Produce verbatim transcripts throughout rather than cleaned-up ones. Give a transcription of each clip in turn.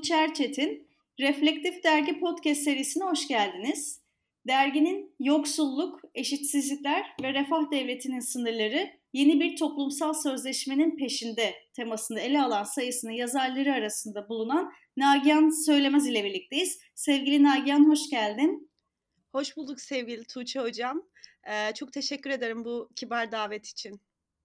Tuğçe Erçetin, Reflektif Dergi Podcast serisine hoş geldiniz. Derginin yoksulluk, eşitsizlikler ve refah devletinin sınırları yeni bir toplumsal sözleşmenin peşinde temasını ele alan sayısının yazarları arasında bulunan Nagihan Söylemez ile birlikteyiz. Sevgili Nagihan, hoş geldin. Hoş bulduk sevgili Tuğçe Hocam. Ee, çok teşekkür ederim bu kibar davet için.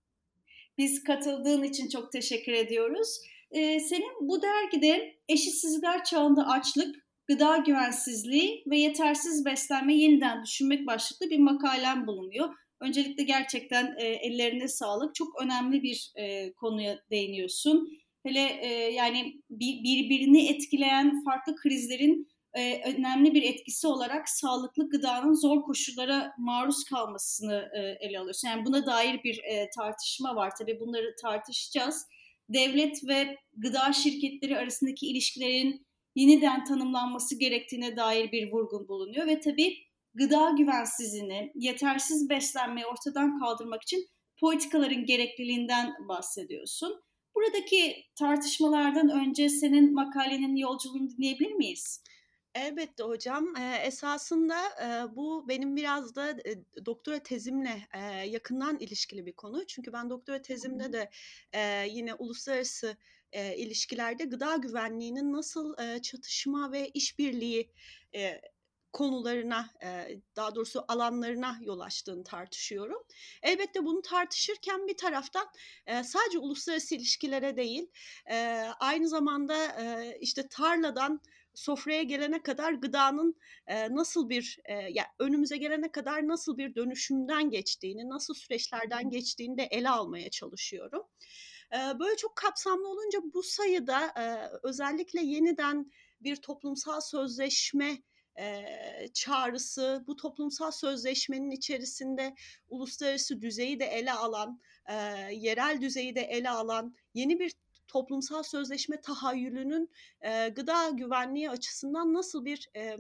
Biz katıldığın için çok teşekkür ediyoruz. Ee, senin bu dergide eşitsizlikler çağında açlık, gıda güvensizliği ve yetersiz beslenme yeniden düşünmek başlıklı bir makalen bulunuyor. Öncelikle gerçekten e, ellerine sağlık. Çok önemli bir e, konuya değiniyorsun. Hele e, yani bir, birbirini etkileyen farklı krizlerin e, önemli bir etkisi olarak sağlıklı gıdanın zor koşullara maruz kalmasını e, ele alıyorsun. Yani buna dair bir e, tartışma var. Tabii bunları tartışacağız. Devlet ve gıda şirketleri arasındaki ilişkilerin yeniden tanımlanması gerektiğine dair bir vurgun bulunuyor ve tabii gıda güvensizliğini, yetersiz beslenmeyi ortadan kaldırmak için politikaların gerekliliğinden bahsediyorsun. Buradaki tartışmalardan önce senin makalenin yolculuğunu dinleyebilir miyiz? Elbette hocam. Ee, esasında e, bu benim biraz da e, doktora tezimle e, yakından ilişkili bir konu. Çünkü ben doktora tezimde de e, yine uluslararası e, ilişkilerde gıda güvenliğinin nasıl e, çatışma ve işbirliği e, konularına, e, daha doğrusu alanlarına yol açtığını tartışıyorum. Elbette bunu tartışırken bir taraftan e, sadece uluslararası ilişkilere değil, e, aynı zamanda e, işte tarladan sofraya gelene kadar gıdanın e, nasıl bir e, ya önümüze gelene kadar nasıl bir dönüşümden geçtiğini, nasıl süreçlerden geçtiğini de ele almaya çalışıyorum. E, böyle çok kapsamlı olunca bu sayıda e, özellikle yeniden bir toplumsal sözleşme e, çağrısı, bu toplumsal sözleşmenin içerisinde uluslararası düzeyi de ele alan, e, yerel düzeyi de ele alan yeni bir toplumsal sözleşme tahayyülünün e, gıda güvenliği açısından nasıl bir e,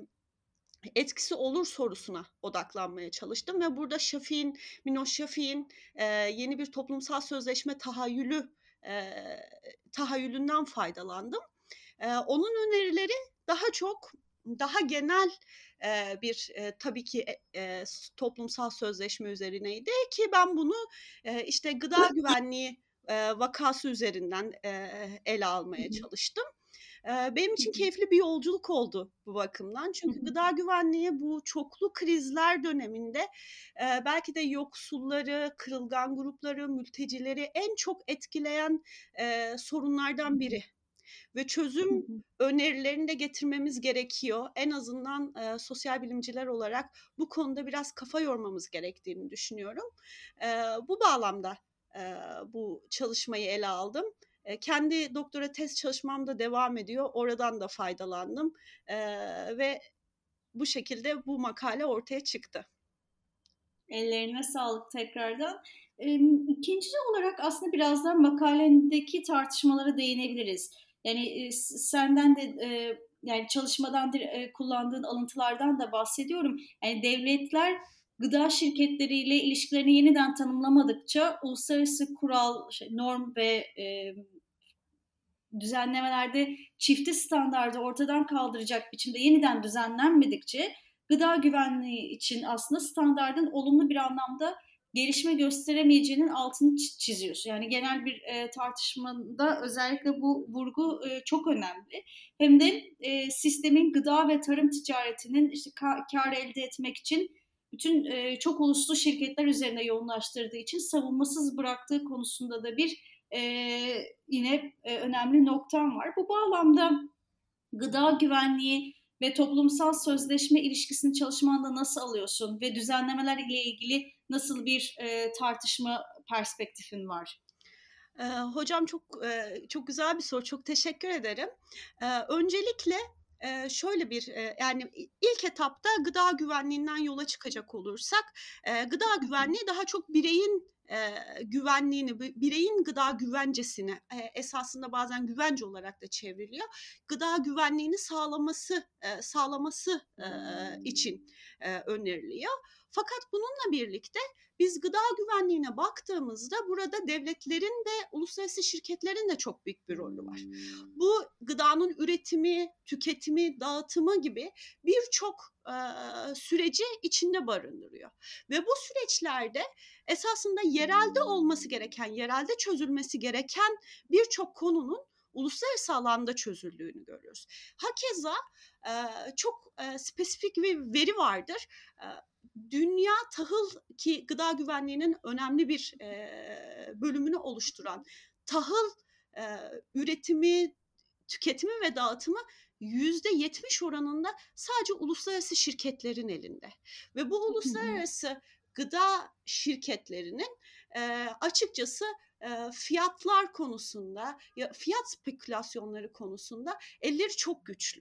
etkisi olur sorusuna odaklanmaya çalıştım ve burada Şafik'in, Minoş Şafik'in e, yeni bir toplumsal sözleşme tahayyülü e, tahayyülünden faydalandım. E, onun önerileri daha çok daha genel e, bir e, tabii ki e, e, toplumsal sözleşme üzerineydi ki ben bunu e, işte gıda güvenliği e, vakası üzerinden e, ele almaya çalıştım. E, benim için keyifli bir yolculuk oldu bu bakımdan. Çünkü gıda güvenliği bu çoklu krizler döneminde e, belki de yoksulları, kırılgan grupları, mültecileri en çok etkileyen e, sorunlardan biri. Ve çözüm önerilerini de getirmemiz gerekiyor. En azından e, sosyal bilimciler olarak bu konuda biraz kafa yormamız gerektiğini düşünüyorum. E, bu bağlamda e, bu çalışmayı ele aldım. E, kendi doktora tez çalışmam da devam ediyor. Oradan da faydalandım e, ve bu şekilde bu makale ortaya çıktı. Ellerine sağlık tekrardan. E, ikinci olarak aslında birazdan makalendeki tartışmalara değinebiliriz. Yani e, senden de e, yani çalışmadan e, kullandığın alıntılardan da bahsediyorum. Yani devletler gıda şirketleriyle ilişkilerini yeniden tanımlamadıkça uluslararası kural, şey, norm ve e, düzenlemelerde çifte standardı ortadan kaldıracak biçimde yeniden düzenlenmedikçe gıda güvenliği için aslında standardın olumlu bir anlamda gelişme gösteremeyeceğinin altını çiziyorsun. Yani genel bir e, tartışmada özellikle bu vurgu e, çok önemli. Hem de e, sistemin gıda ve tarım ticaretinin işte ka- kar elde etmek için bütün e, çok uluslu şirketler üzerine yoğunlaştırdığı için savunmasız bıraktığı konusunda da bir e, yine e, önemli noktam var. Bu bağlamda gıda güvenliği ve toplumsal sözleşme ilişkisini çalışmanda nasıl alıyorsun ve düzenlemeler ile ilgili nasıl bir e, tartışma perspektifin var? Ee, hocam çok e, çok güzel bir soru. Çok teşekkür ederim. Ee, öncelikle e, şöyle bir e, yani ilk etapta gıda güvenliğinden yola çıkacak olursak, e, gıda güvenliği daha çok bireyin e, güvenliğini, bireyin gıda güvencesini e, esasında bazen güvence olarak da çevriliyor. Gıda güvenliğini sağlaması e, sağlaması e, için e, öneriliyor. Fakat bununla birlikte biz gıda güvenliğine baktığımızda burada devletlerin ve uluslararası şirketlerin de çok büyük bir rolü var. Bu gıdanın üretimi, tüketimi, dağıtımı gibi birçok e, süreci içinde barındırıyor. Ve bu süreçlerde esasında yerelde olması gereken, yerelde çözülmesi gereken birçok konunun uluslararası alanda çözüldüğünü görüyoruz. Hakeza e, çok e, spesifik bir veri vardır. E, Dünya tahıl, ki gıda güvenliğinin önemli bir e, bölümünü oluşturan tahıl e, üretimi, tüketimi ve dağıtımı yüzde yetmiş oranında sadece uluslararası şirketlerin elinde. Ve bu uluslararası gıda şirketlerinin e, açıkçası e, fiyatlar konusunda, ya fiyat spekülasyonları konusunda elleri çok güçlü.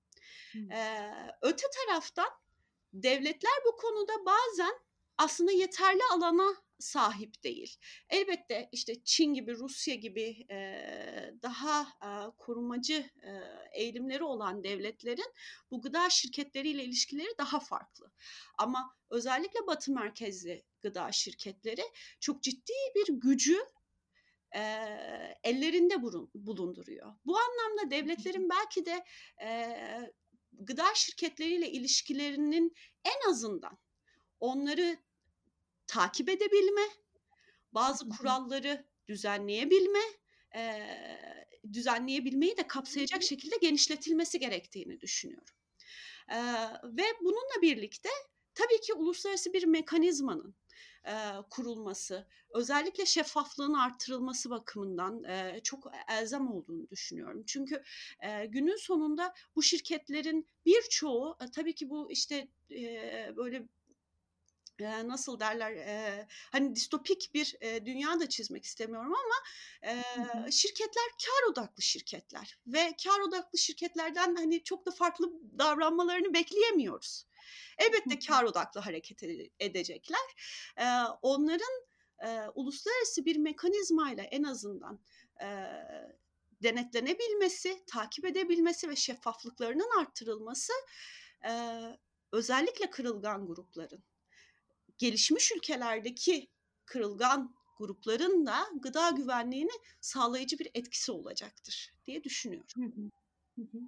E, öte taraftan devletler bu konuda bazen aslında yeterli alana sahip değil. Elbette işte Çin gibi, Rusya gibi e, daha e, korumacı e, eğilimleri olan devletlerin bu gıda şirketleriyle ilişkileri daha farklı. Ama özellikle Batı merkezli gıda şirketleri çok ciddi bir gücü e, ellerinde bulunduruyor. Bu anlamda devletlerin belki de e, gıda şirketleriyle ilişkilerinin en azından onları takip edebilme, bazı kuralları düzenleyebilme, e, düzenleyebilmeyi de kapsayacak şekilde genişletilmesi gerektiğini düşünüyorum. E, ve bununla birlikte tabii ki uluslararası bir mekanizmanın e, kurulması, özellikle şeffaflığın artırılması bakımından e, çok elzem olduğunu düşünüyorum. Çünkü e, günün sonunda bu şirketlerin birçoğu e, tabii ki bu işte e, böyle e, nasıl derler e, hani distopik bir e, dünya da çizmek istemiyorum ama e, şirketler kar odaklı şirketler ve kar odaklı şirketlerden hani çok da farklı davranmalarını bekleyemiyoruz. Elbette kar odaklı hareket edecekler. E, onların e, uluslararası bir mekanizmayla en azından e, denetlenebilmesi, takip edebilmesi ve şeffaflıklarının arttırılması e, özellikle kırılgan grupların, gelişmiş ülkelerdeki kırılgan grupların da gıda güvenliğini sağlayıcı bir etkisi olacaktır diye düşünüyorum. Hı hı. Hı hı.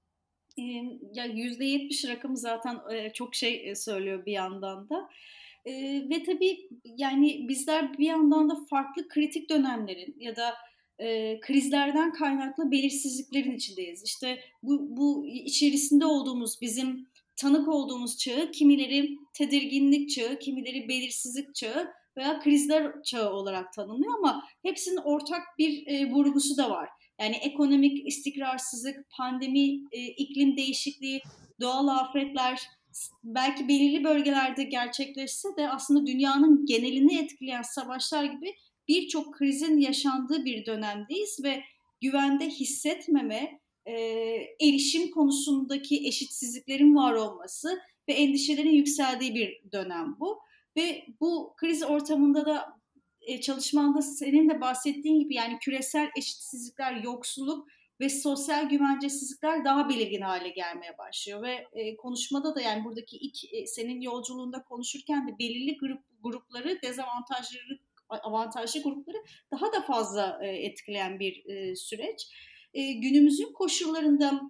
Ya yüzde yetmiş rakamı zaten çok şey söylüyor bir yandan da. Ee, ve tabii yani bizler bir yandan da farklı kritik dönemlerin ya da e, krizlerden kaynaklı belirsizliklerin içindeyiz. İşte bu, bu içerisinde olduğumuz, bizim tanık olduğumuz çağı kimileri tedirginlik çağı, kimileri belirsizlik çağı veya krizler çağı olarak tanımlıyor ama hepsinin ortak bir e, vurgusu da var. Yani ekonomik istikrarsızlık, pandemi, e, iklim değişikliği, doğal afetler belki belirli bölgelerde gerçekleşse de aslında dünyanın genelini etkileyen savaşlar gibi birçok krizin yaşandığı bir dönemdeyiz ve güvende hissetmeme, e, erişim konusundaki eşitsizliklerin var olması ve endişelerin yükseldiği bir dönem bu. Ve bu kriz ortamında da çalışmanda senin de bahsettiğin gibi yani küresel eşitsizlikler, yoksulluk ve sosyal güvencesizlikler daha belirgin hale gelmeye başlıyor ve e, konuşmada da yani buradaki ilk e, senin yolculuğunda konuşurken de belirli grup grupları, dezavantajlı avantajlı grupları daha da fazla e, etkileyen bir e, süreç. E, günümüzün koşullarında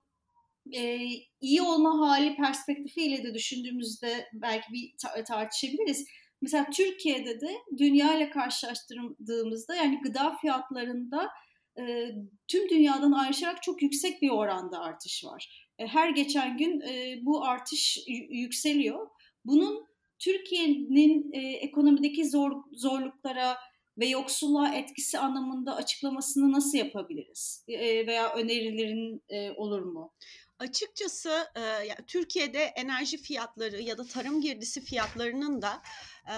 e, iyi olma hali perspektifiyle de düşündüğümüzde belki bir ta- tartışabiliriz. Mesela Türkiye'de de dünya ile karşılaştırdığımızda yani gıda fiyatlarında e, tüm dünyadan ayrışarak çok yüksek bir oranda artış var. E, her geçen gün e, bu artış y- yükseliyor. Bunun Türkiye'nin e, ekonomideki zor, zorluklara ve yoksulluğa etkisi anlamında açıklamasını nasıl yapabiliriz? E, veya önerilerin e, olur mu? Açıkçası e, yani Türkiye'de enerji fiyatları ya da tarım girdisi fiyatlarının da e,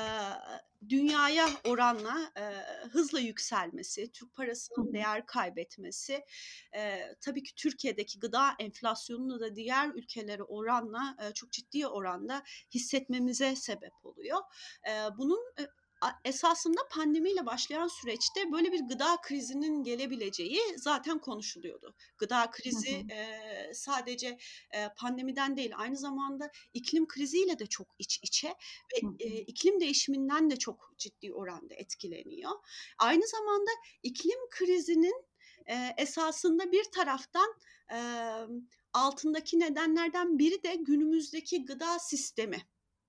dünyaya oranla e, hızla yükselmesi, Türk parasının değer kaybetmesi, e, tabii ki Türkiye'deki gıda enflasyonunu da diğer ülkelere oranla e, çok ciddi oranda hissetmemize sebep oluyor. E, bunun e, esasında pandemiyle başlayan süreçte böyle bir gıda krizinin gelebileceği zaten konuşuluyordu. Gıda Hı krizi hı. eee, sadece eee, pandemiden değil, aynı zamanda iklim kriziyle de çok iç içe ve Hı hı. eee, iklim değişiminden de çok ciddi oranda etkileniyor. Aynı zamanda iklim krizinin eee, esasında bir taraftan eee, altındaki nedenlerden biri de günümüzdeki gıda sistemi.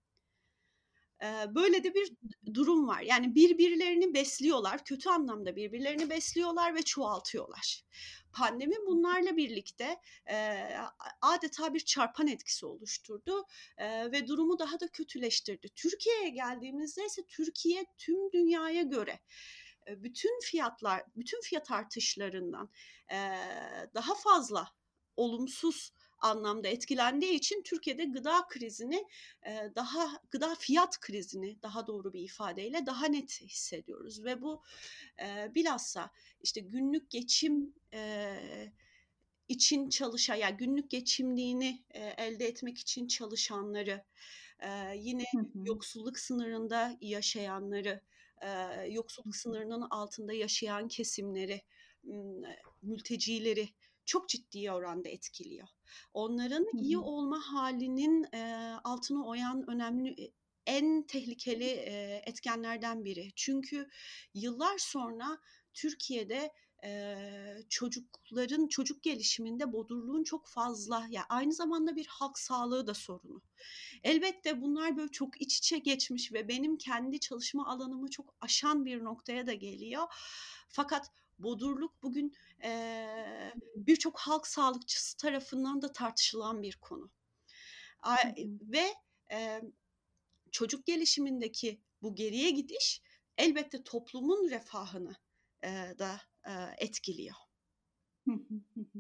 Eee, böyle de bir durum var. Yani birbirlerini besliyorlar, kötü anlamda birbirlerini besliyorlar ve çoğaltıyorlar. Pandemi bunlarla birlikte eee, adeta bir çarpan etkisi oluşturdu eee, ve durumu daha da kötüleştirdi. Türkiye'ye geldiğimizde ise Türkiye tüm dünyaya göre e, bütün fiyatlar, bütün fiyat artışlarından eee, daha fazla olumsuz anlamda etkilendiği için Türkiye'de gıda krizini eee, daha gıda fiyat krizini daha doğru bir ifadeyle daha net hissediyoruz ve bu eee, bilhassa işte günlük geçim eee, için çalışan, yani günlük geçimliğini eee, elde etmek için çalışanları, eee, yine Hı hı. yoksulluk sınırında yaşayanları, eee, yoksulluk sınırının altında yaşayan kesimleri, ım, mültecileri çok ciddi oranda etkiliyor. Onların Hı iyi hı. olma halinin eee, altını oyan önemli, en tehlikeli eee, etkenlerden biri. Çünkü yıllar sonra Türkiye'de eee, çocukların çocuk gelişiminde bodurluğun çok fazla, ya aynı zamanda bir halk sağlığı da sorunu. Elbette bunlar böyle çok iç içe geçmiş ve benim kendi çalışma alanımı çok aşan bir noktaya da geliyor. Fakat bodurluk bugün eee, birçok halk sağlıkçısı tarafından da tartışılan bir konu. Hı A- hı. Ve eee, çocuk gelişimindeki bu geriye gidiş elbette toplumun refahını eee, da eee, etkiliyor. Hı hı. Hı hı.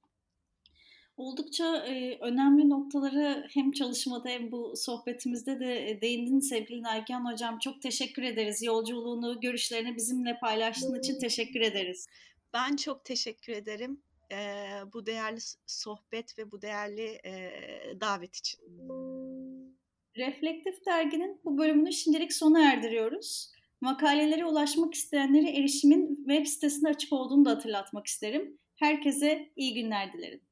Oldukça, eee, önemli noktaları hem çalışmada hem bu sohbetimizde de, eee, değindin sevgili Nagihan Hocam. Çok teşekkür ederiz. Yolculuğunu, görüşlerini bizimle paylaştığın için teşekkür ederiz. Ben çok teşekkür ederim eee, bu değerli sohbet ve bu değerli eee, davet için. Reflektif Dergi'nin bu bölümünü şimdilik sona erdiriyoruz. Makalelere ulaşmak isteyenlere erişimin web sitesinde açık olduğunu da hatırlatmak isterim. Herkese iyi günler dilerim.